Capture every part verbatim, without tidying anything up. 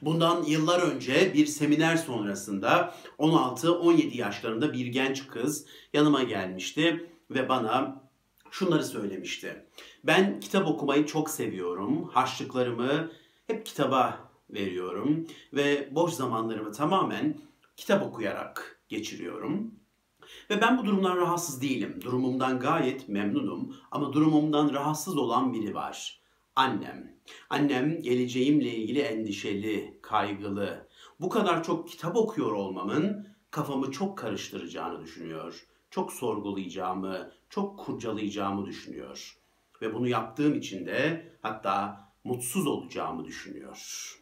Bundan yıllar önce bir seminer sonrasında on altı on yedi yaşlarında bir genç kız yanıma gelmişti ve bana şunları söylemişti. Ben kitap okumayı çok seviyorum. Harçlıklarımı hep kitaba veriyorum ve boş zamanlarımı tamamen kitap okuyarak geçiriyorum. Ve ben bu durumdan rahatsız değilim. Durumumdan gayet memnunum ama durumumdan rahatsız olan biri var. Annem. Annem geleceğimle ilgili endişeli, kaygılı. Bu kadar çok kitap okuyor olmamın kafamı çok karıştıracağını düşünüyor. Çok sorgulayacağımı, çok kurcalayacağımı düşünüyor. Ve bunu yaptığım için de hatta mutsuz olacağımı düşünüyor.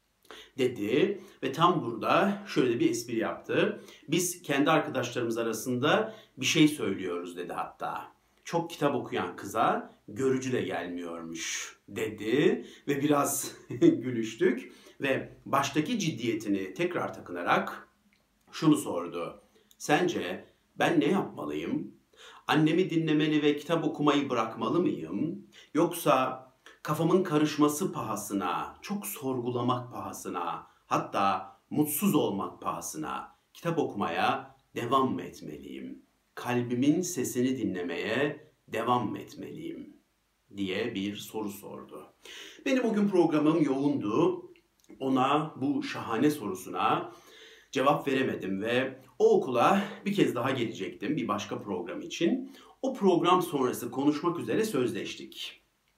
Dedi ve tam burada şöyle bir espri yaptı. Biz kendi arkadaşlarımız arasında bir şey söylüyoruz dedi hatta. Çok kitap okuyan kıza görücü de gelmiyormuş dedi ve biraz gülüştük ve baştaki ciddiyetini tekrar takınarak şunu sordu. Sence ben ne yapmalıyım? Annemi dinlemeli ve kitap okumayı bırakmalı mıyım? Yoksa kafamın karışması pahasına, çok sorgulamak pahasına, hatta mutsuz olmak pahasına kitap okumaya devam mı etmeliyim? Kalbimin sesini dinlemeye devam mı etmeliyim? Diye bir soru sordu. Benim o gün programım yoğundu. Ona bu şahane sorusuna cevap veremedim ve o okula bir kez daha gelecektim bir başka program için. O program sonrası konuşmak üzere sözleştik.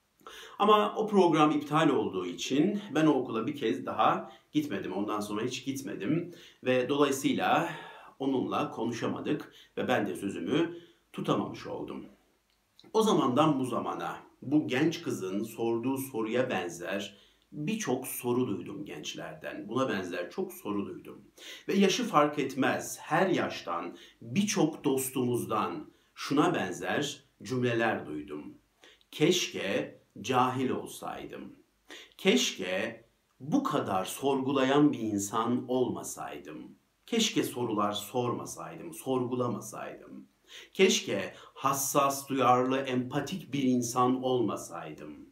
Ama o program iptal olduğu için ben o okula bir kez daha gitmedim. Ondan sonra hiç gitmedim ve dolayısıyla onunla konuşamadık ve ben de sözümü tutamamış oldum. O zamandan bu zamana bu genç kızın sorduğu soruya benzer birçok soru duydum gençlerden. Buna benzer çok soru duydum. Ve yaşı fark etmez her yaştan birçok dostumuzdan şuna benzer cümleler duydum. Keşke cahil olsaydım. Keşke bu kadar sorgulayan bir insan olmasaydım. Keşke sorular sormasaydım, sorgulamasaydım. Keşke hassas, duyarlı, empatik bir insan olmasaydım.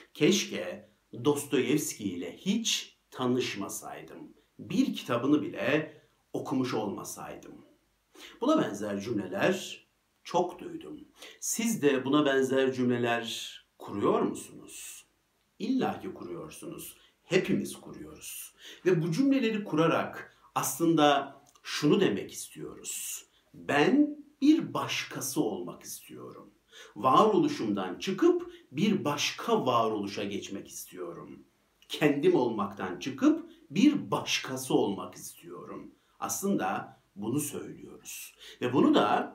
Keşke Dostoyevski ile hiç tanışmasaydım. Bir kitabını bile okumuş olmasaydım. Buna benzer cümleler çok duydum. Siz de buna benzer cümleler kuruyor musunuz? İlla ki kuruyorsunuz. Hepimiz kuruyoruz. Ve bu cümleleri kurarak aslında şunu demek istiyoruz. Ben bir başkası olmak istiyorum. Varoluşumdan çıkıp bir başka varoluşa geçmek istiyorum. Kendim olmaktan çıkıp bir başkası olmak istiyorum. Aslında bunu söylüyoruz. Ve bunu da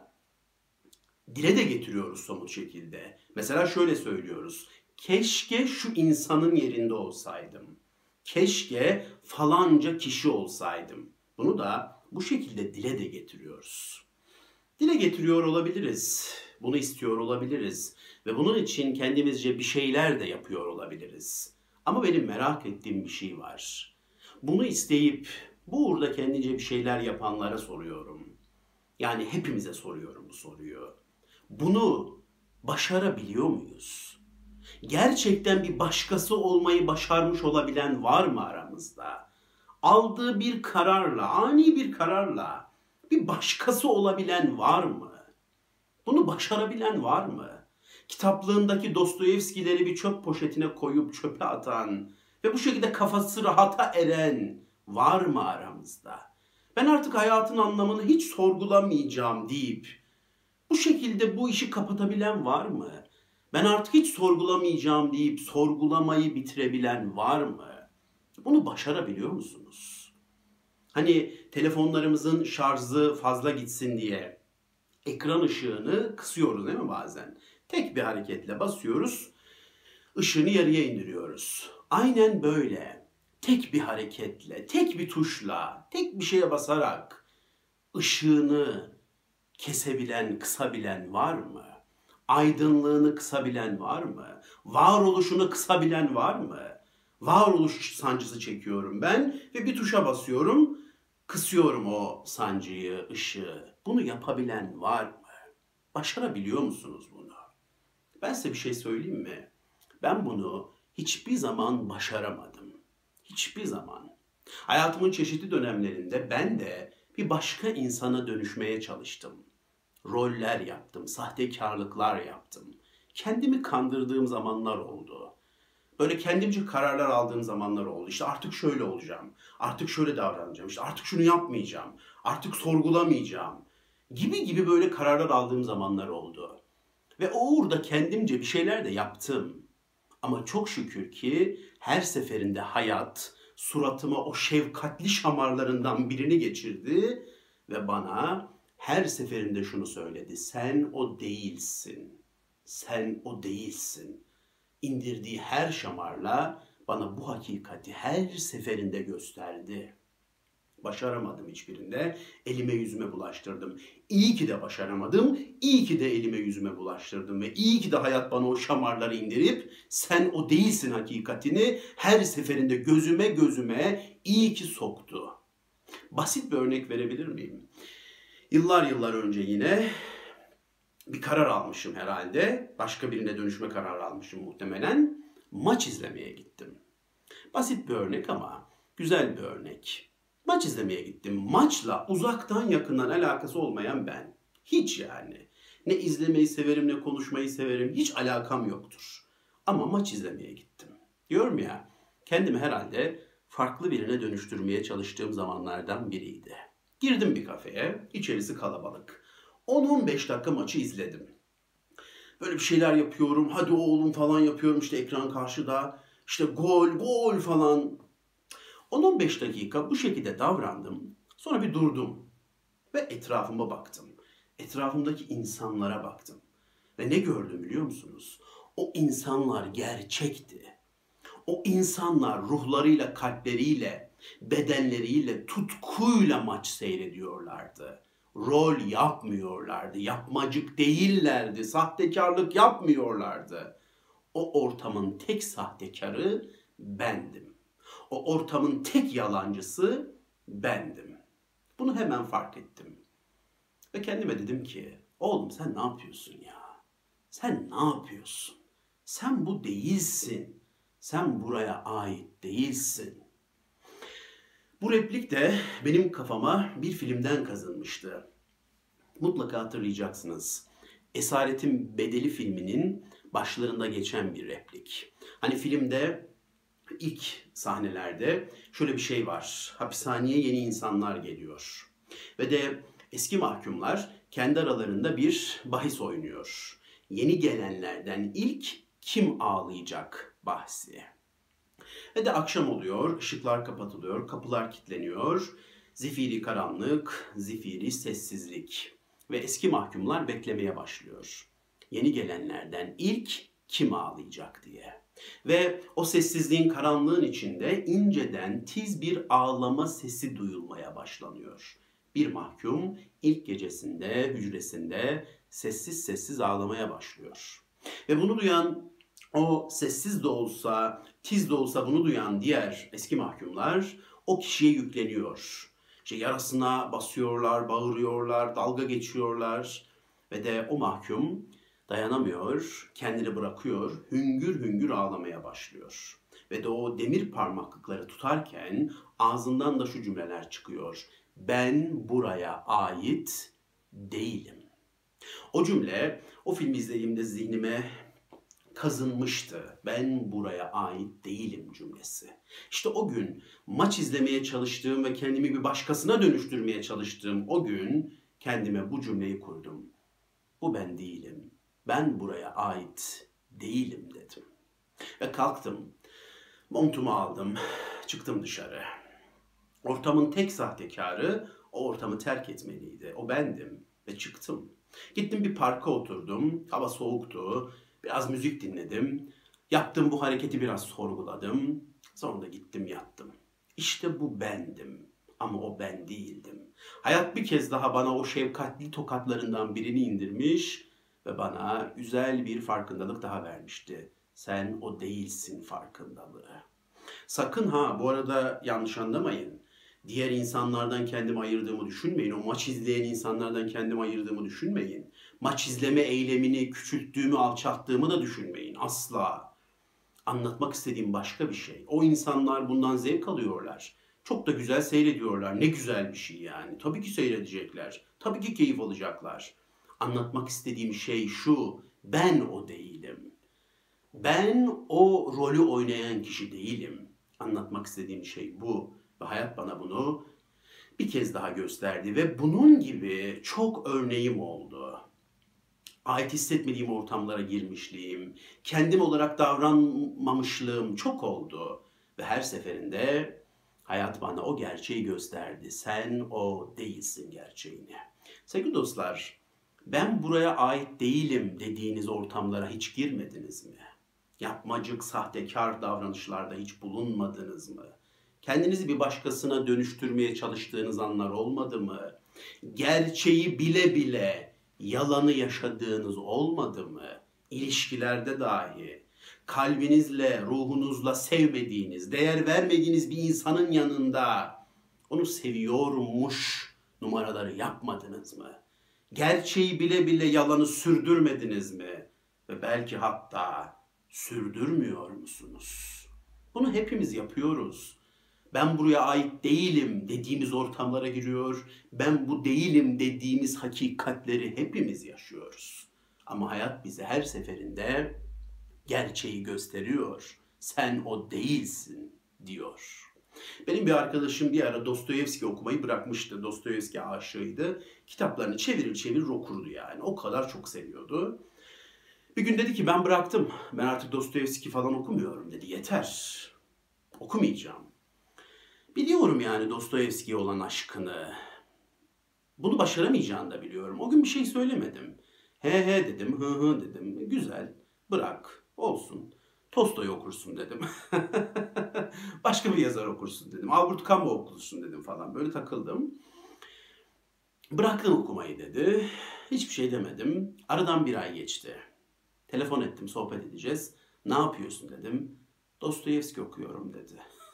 dile de getiriyoruz somut şekilde. Mesela şöyle söylüyoruz. Keşke şu insanın yerinde olsaydım. Keşke falanca kişi olsaydım. Bunu da bu şekilde dile de getiriyoruz. Dile getiriyor olabiliriz. Bunu istiyor olabiliriz. Ve bunun için kendimizce bir şeyler de yapıyor olabiliriz. Ama benim merak ettiğim bir şey var. Bunu isteyip bu uğurda kendince bir şeyler yapanlara soruyorum. Yani hepimize soruyorum bu soruyu. Bunu başarabiliyor muyuz? Gerçekten bir başkası olmayı başarmış olabilen var mı aramızda? Aldığı bir kararla, ani bir kararla bir başkası olabilen var mı? Bunu başarabilen var mı? Kitaplığındaki Dostoyevskileri bir çöp poşetine koyup çöpe atan ve bu şekilde kafası rahata eren var mı aramızda? Ben artık hayatın anlamını hiç sorgulamayacağım deyip bu şekilde bu işi kapatabilen var mı? Ben artık hiç sorgulamayacağım deyip sorgulamayı bitirebilen var mı? Bunu başarabiliyor musunuz? Hani telefonlarımızın şarjı fazla gitsin diye ekran ışığını kısıyoruz değil mi bazen? Tek bir hareketle basıyoruz, ışığını yarıya indiriyoruz. Aynen böyle. Tek bir hareketle, tek bir tuşla, tek bir şeye basarak ışığını kesebilen, kısabilen var mı? Aydınlığını kısabilen var mı? Varoluşunu kısabilen var mı? Varoluş sancısı çekiyorum ben ve bir tuşa basıyorum, kısıyorum o sancıyı, ışığı. Bunu yapabilen var mı? Başarabiliyor musunuz bunu? Ben size bir şey söyleyeyim mi? Ben bunu hiçbir zaman başaramadım. Hiçbir zaman. Hayatımın çeşitli dönemlerinde ben de bir başka insana dönüşmeye çalıştım. Roller yaptım, sahtekarlıklar yaptım. Kendimi kandırdığım zamanlar oldu. Böyle kendimce kararlar aldığım zamanlar oldu. İşte artık şöyle olacağım, artık şöyle davranacağım, işte artık şunu yapmayacağım, artık sorgulamayacağım gibi gibi böyle kararlar aldığım zamanlar oldu. Ve o uğurda kendimce bir şeyler de yaptım. Ama çok şükür ki her seferinde hayat suratıma o şefkatli şamarlarından birini geçirdi ve bana her seferinde şunu söyledi: sen o değilsin. Sen o değilsin. İndirdiği her şamarla bana bu hakikati her seferinde gösterdi. Başaramadım hiçbirinde. Elime yüzüme bulaştırdım. İyi ki de başaramadım. İyi ki de elime yüzüme bulaştırdım. Ve iyi ki de hayat bana o şamarları indirip sen o değilsin hakikatini her seferinde gözüme gözüme iyi ki soktu. Basit bir örnek verebilir miyim? Yıllar yıllar önce yine bir karar almışım herhalde. Başka birine dönüşme kararı almışım muhtemelen. Maç izlemeye gittim. Basit bir örnek ama güzel bir örnek. Maç izlemeye gittim. Maçla uzaktan yakından alakası olmayan ben. Hiç yani. Ne izlemeyi severim ne konuşmayı severim. Hiç alakam yoktur. Ama maç izlemeye gittim. Diyorum ya, kendimi herhalde farklı birine dönüştürmeye çalıştığım zamanlardan biriydi. Girdim bir kafeye. İçerisi kalabalık. on on beş dakika maçı izledim. Böyle bir şeyler yapıyorum. Hadi oğlum falan yapıyorum. İşte ekran karşıda. İşte gol, gol falan. on on beş dakika bu şekilde davrandım. Sonra bir durdum ve etrafıma baktım. Etrafımdaki insanlara baktım. Ve ne gördüm biliyor musunuz? O insanlar gerçekti. O insanlar ruhlarıyla, kalpleriyle, bedenleriyle, tutkuyla maç seyrediyorlardı. Rol yapmıyorlardı, yapmacık değillerdi, sahtekarlık yapmıyorlardı. O ortamın tek sahtekarı bendim. O ortamın tek yalancısı bendim. Bunu hemen fark ettim. Ve kendime dedim ki, oğlum sen ne yapıyorsun ya? Sen ne yapıyorsun? Sen bu değilsin. Sen buraya ait değilsin. Bu replik de benim kafama bir filmden kazınmıştı. Mutlaka hatırlayacaksınız. Esaretin Bedeli filminin başlarında geçen bir replik. Hani filmde İlk sahnelerde şöyle bir şey var. Hapishaneye yeni insanlar geliyor. Ve de eski mahkumlar kendi aralarında bir bahis oynuyor. Yeni gelenlerden ilk kim ağlayacak bahsi. Ve de akşam oluyor, ışıklar kapatılıyor, kapılar kilitleniyor. Zifiri karanlık, zifiri sessizlik. Ve eski mahkumlar beklemeye başlıyor. Yeni gelenlerden ilk kim ağlayacak diye. Ve o sessizliğin, karanlığın içinde inceden tiz bir ağlama sesi duyulmaya başlanıyor. Bir mahkum ilk gecesinde, hücresinde sessiz sessiz ağlamaya başlıyor. Ve bunu duyan, o sessiz de olsa, tiz de olsa bunu duyan diğer eski mahkumlar o kişiye yükleniyor. İşte yarasına basıyorlar, bağırıyorlar, dalga geçiyorlar ve de o mahkum dayanamıyor, kendini bırakıyor, hüngür hüngür ağlamaya başlıyor. Ve de o demir parmaklıkları tutarken ağzından da şu cümleler çıkıyor: ben buraya ait değilim. O cümle o filmi izlediğimde zihnime kazınmıştı. Ben buraya ait değilim cümlesi. İşte o gün maç izlemeye çalıştığım ve kendimi bir başkasına dönüştürmeye çalıştığım o gün kendime bu cümleyi kurdum. Bu ben değilim. Ben buraya ait değilim dedim. Ve kalktım. Montumu aldım. Çıktım dışarı. Ortamın tek sahtekarı o ortamı terk etmeliydi. O bendim ve çıktım. Gittim bir parka oturdum. Hava soğuktu. Biraz müzik dinledim. Yaptığım bu hareketi biraz sorguladım. Sonra da gittim yattım. İşte bu bendim. Ama o ben değildim. Hayat bir kez daha bana o şefkatli tokatlarından birini indirmiş ve bana güzel bir farkındalık daha vermişti. Sen o değilsin farkındalığı. Sakın ha bu arada yanlış anlamayın. Diğer insanlardan kendimi ayırdığımı düşünmeyin. O maç izleyen insanlardan kendimi ayırdığımı düşünmeyin. Maç izleme eylemini küçülttüğümü, alçalttığımı da düşünmeyin. Asla. Anlatmak istediğim başka bir şey. O insanlar bundan zevk alıyorlar. Çok da güzel seyrediyorlar. Ne güzel bir şey yani. Tabii ki seyredecekler. Tabii ki keyif alacaklar. Anlatmak istediğim şey şu: ben o değilim. Ben o rolü oynayan kişi değilim. Anlatmak istediğim şey bu. Ve hayat bana bunu bir kez daha gösterdi. Ve bunun gibi çok örneğim oldu. Ait hissetmediğim ortamlara girmişliğim, kendim olarak davranmamışlığım çok oldu. Ve her seferinde hayat bana o gerçeği gösterdi. Sen o değilsin gerçeğini. Sevgili dostlar, ben buraya ait değilim dediğiniz ortamlara hiç girmediniz mi? Yapmacık, sahtekar davranışlarda hiç bulunmadınız mı? Kendinizi bir başkasına dönüştürmeye çalıştığınız anlar olmadı mı? Gerçeği bile bile yalanı yaşadığınız olmadı mı? İlişkilerde dahi kalbinizle, ruhunuzla sevmediğiniz, değer vermediğiniz bir insanın yanında onu seviyormuş numaraları yapmadınız mı? Gerçeği bile bile yalanı sürdürmediniz mi? Ve belki hatta sürdürmüyor musunuz? Bunu hepimiz yapıyoruz. Ben buraya ait değilim dediğimiz ortamlara giriyor. Ben bu değilim dediğimiz hakikatleri hepimiz yaşıyoruz. Ama hayat bize her seferinde gerçeği gösteriyor. Sen o değilsin diyor. Benim bir arkadaşım bir ara Dostoyevski okumayı bırakmıştı. Dostoyevski aşığıydı. Kitaplarını çevirir çevirir okurdu yani. O kadar çok seviyordu. Bir gün dedi ki ben bıraktım. Ben artık Dostoyevski falan okumuyorum dedi. Yeter. Okumayacağım. Biliyorum yani Dostoyevski'ye olan aşkını. Bunu başaramayacağını da biliyorum. O gün bir şey söylemedim. He he dedim, hı hı dedim. Güzel, bırak, olsun. Tolstoy okursun dedim. Başka bir yazar okursun dedim. Albert Camus okursun dedim falan. Böyle takıldım. Bıraktım okumayı dedi. Hiçbir şey demedim. Aradan bir ay geçti. Telefon ettim, sohbet edeceğiz. Ne yapıyorsun dedim. Dostoyevski okuyorum dedi.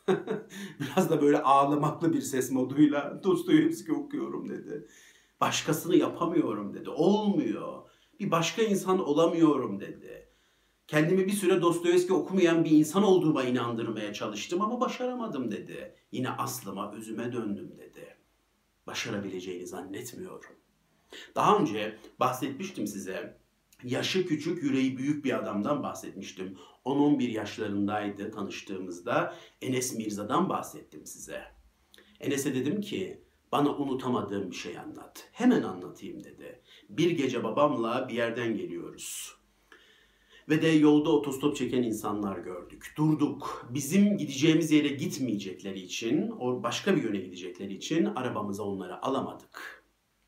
Biraz da böyle ağlamaklı bir ses moduyla Dostoyevski okuyorum dedi. Başkasını yapamıyorum dedi. Olmuyor. Bir başka insan olamıyorum dedi. Kendimi bir süre Dostoyevski okumayan bir insan olduğuma inandırmaya çalıştım ama başaramadım dedi. Yine aslıma, özüme döndüm dedi. Başarabileceğini zannetmiyorum. Daha önce bahsetmiştim size. Yaşı küçük, yüreği büyük bir adamdan bahsetmiştim. on on bir yaşlarındaydı tanıştığımızda. Enes Mirza'dan bahsettim size. Enes'e dedim ki bana unutamadığım bir şey anlat. Hemen anlatayım dedi. Bir gece babamla bir yerden geliyoruz. Ve de yolda otostop çeken insanlar gördük. Durduk. Bizim gideceğimiz yere gitmeyecekleri için, o başka bir yöne gidecekleri için arabamıza onları alamadık.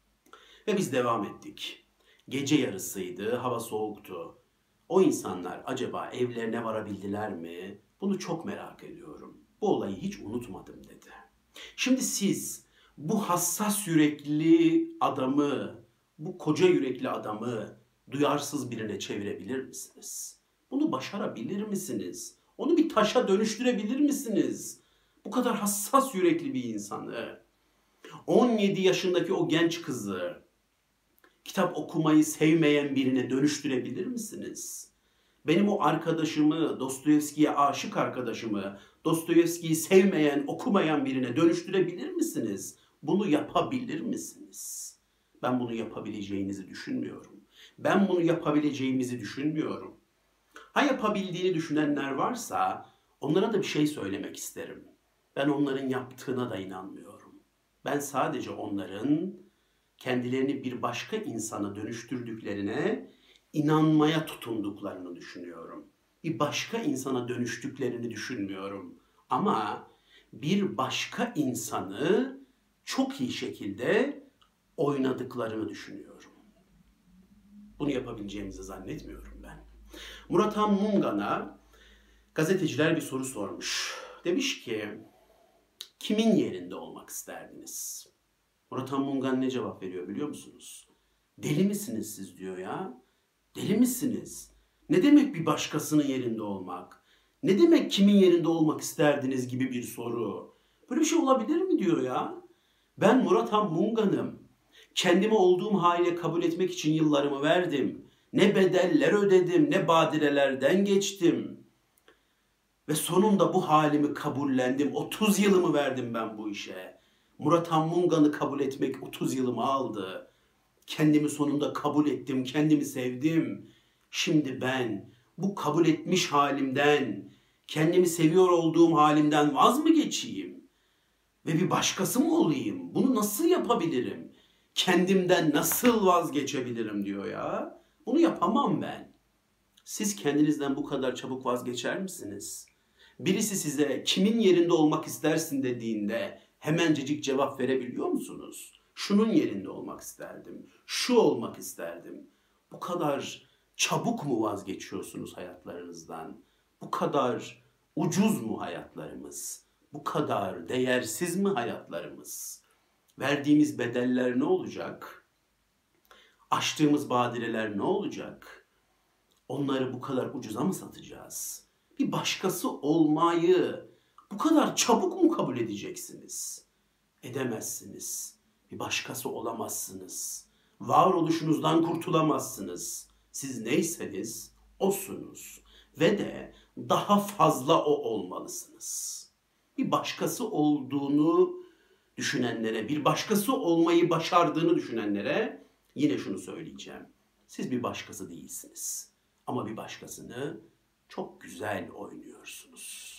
Ve biz devam ettik. Gece yarısıydı, hava soğuktu. O insanlar acaba evlerine varabildiler mi? Bunu çok merak ediyorum. Bu olayı hiç unutmadım dedi. Şimdi siz bu hassas yürekli adamı, bu koca yürekli adamı duyarsız birine çevirebilir misiniz? Bunu başarabilir misiniz? Onu bir taşa dönüştürebilir misiniz? Bu kadar hassas yürekli bir insanı, on yedi yaşındaki o genç kızı, kitap okumayı sevmeyen birine dönüştürebilir misiniz? Benim o arkadaşımı, Dostoyevski'ye aşık arkadaşımı, Dostoyevski'yi sevmeyen, okumayan birine dönüştürebilir misiniz? Bunu yapabilir misiniz? Ben bunu yapabileceğinizi düşünmüyorum. Ben bunu yapabileceğimizi düşünmüyorum. Ha yapabildiğini düşünenler varsa onlara da bir şey söylemek isterim. Ben onların yaptığına da inanmıyorum. Ben sadece onların kendilerini bir başka insana dönüştürdüklerine inanmaya tutunduklarını düşünüyorum. Bir başka insana dönüştüklerini düşünmüyorum. Ama bir başka insanı çok iyi şekilde oynadıklarını düşünüyorum. Bunu yapabileceğimizi zannetmiyorum ben. Murat Han Mungan'a gazeteciler bir soru sormuş. Demiş ki, kimin yerinde olmak isterdiniz? Murat Han Mungan ne cevap veriyor biliyor musunuz? Deli misiniz siz diyor ya. Deli misiniz? Ne demek bir başkasının yerinde olmak? Ne demek kimin yerinde olmak isterdiniz gibi bir soru? Böyle bir şey olabilir mi diyor ya. Ben Murat Han Mungan'ım. Kendimi olduğum haliyle kabul etmek için yıllarımı verdim. Ne bedeller ödedim, ne badirelerden geçtim. Ve sonunda bu halimi kabullendim. otuz yılımı verdim ben bu işe. Murat Anmungan'ı kabul etmek otuz yılımı aldı. Kendimi sonunda kabul ettim, kendimi sevdim. Şimdi ben bu kabul etmiş halimden, kendimi seviyor olduğum halimden vaz mı geçeyim? Ve bir başkası mı olayım? Bunu nasıl yapabilirim? Kendimden nasıl vazgeçebilirim diyor ya. Bunu yapamam ben. Siz kendinizden bu kadar çabuk vazgeçer misiniz? Birisi size kimin yerinde olmak istersin dediğinde hemencecik cevap verebiliyor musunuz? Şunun yerinde olmak isterdim, şu olmak isterdim. Bu kadar çabuk mu vazgeçiyorsunuz hayatlarınızdan? Bu kadar ucuz mu hayatlarımız? Bu kadar değersiz mi hayatlarımız? Verdiğimiz bedeller ne olacak? Aştığımız badireler ne olacak? Onları bu kadar ucuza mı satacağız? Bir başkası olmayı bu kadar çabuk mu kabul edeceksiniz? Edemezsiniz. Bir başkası olamazsınız. Varoluşunuzdan kurtulamazsınız. Siz neyseniz osunuz. Ve de daha fazla o olmalısınız. Bir başkası olduğunu düşünenlere, bir başkası olmayı başardığını düşünenlere yine şunu söyleyeceğim. Siz bir başkası değilsiniz. Ama bir başkasını çok güzel oynuyorsunuz.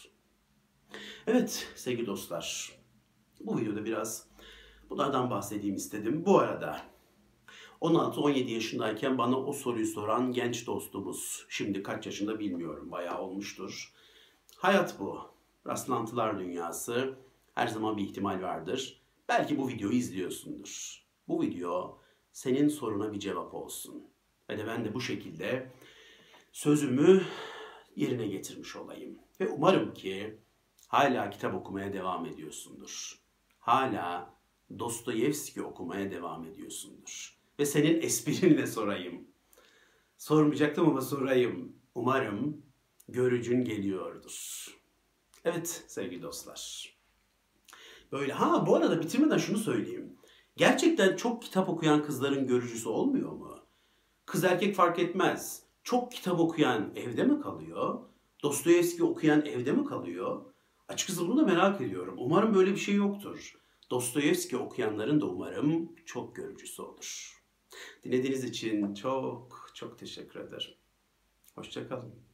Evet sevgili dostlar, bu videoda biraz bunlardan bahsedeyim istedim. Bu arada on altı on yedi yaşındayken bana o soruyu soran genç dostumuz, şimdi kaç yaşında bilmiyorum, bayağı olmuştur. Hayat bu. Rastlantılar dünyası. Her zaman bir ihtimal vardır. Belki bu videoyu izliyorsundur. Bu video senin soruna bir cevap olsun. Ve de ben de bu şekilde sözümü yerine getirmiş olayım. Ve umarım ki hala kitap okumaya devam ediyorsundur. Hala Dostoyevski okumaya devam ediyorsundur. Ve senin esprinle sorayım. Sormayacaktım ama sorayım. Umarım görücün geliyordur. Evet sevgili dostlar. Böyle ha bu arada bitirmeden şunu söyleyeyim. Gerçekten çok kitap okuyan kızların görücüsü olmuyor mu? Kız erkek fark etmez. Çok kitap okuyan evde mi kalıyor? Dostoyevski okuyan evde mi kalıyor? Açıkçası bunu da merak ediyorum. Umarım böyle bir şey yoktur. Dostoyevski okuyanların da umarım çok görücüsü olur. Dinlediğiniz için çok çok teşekkür ederim. Hoşça kalın.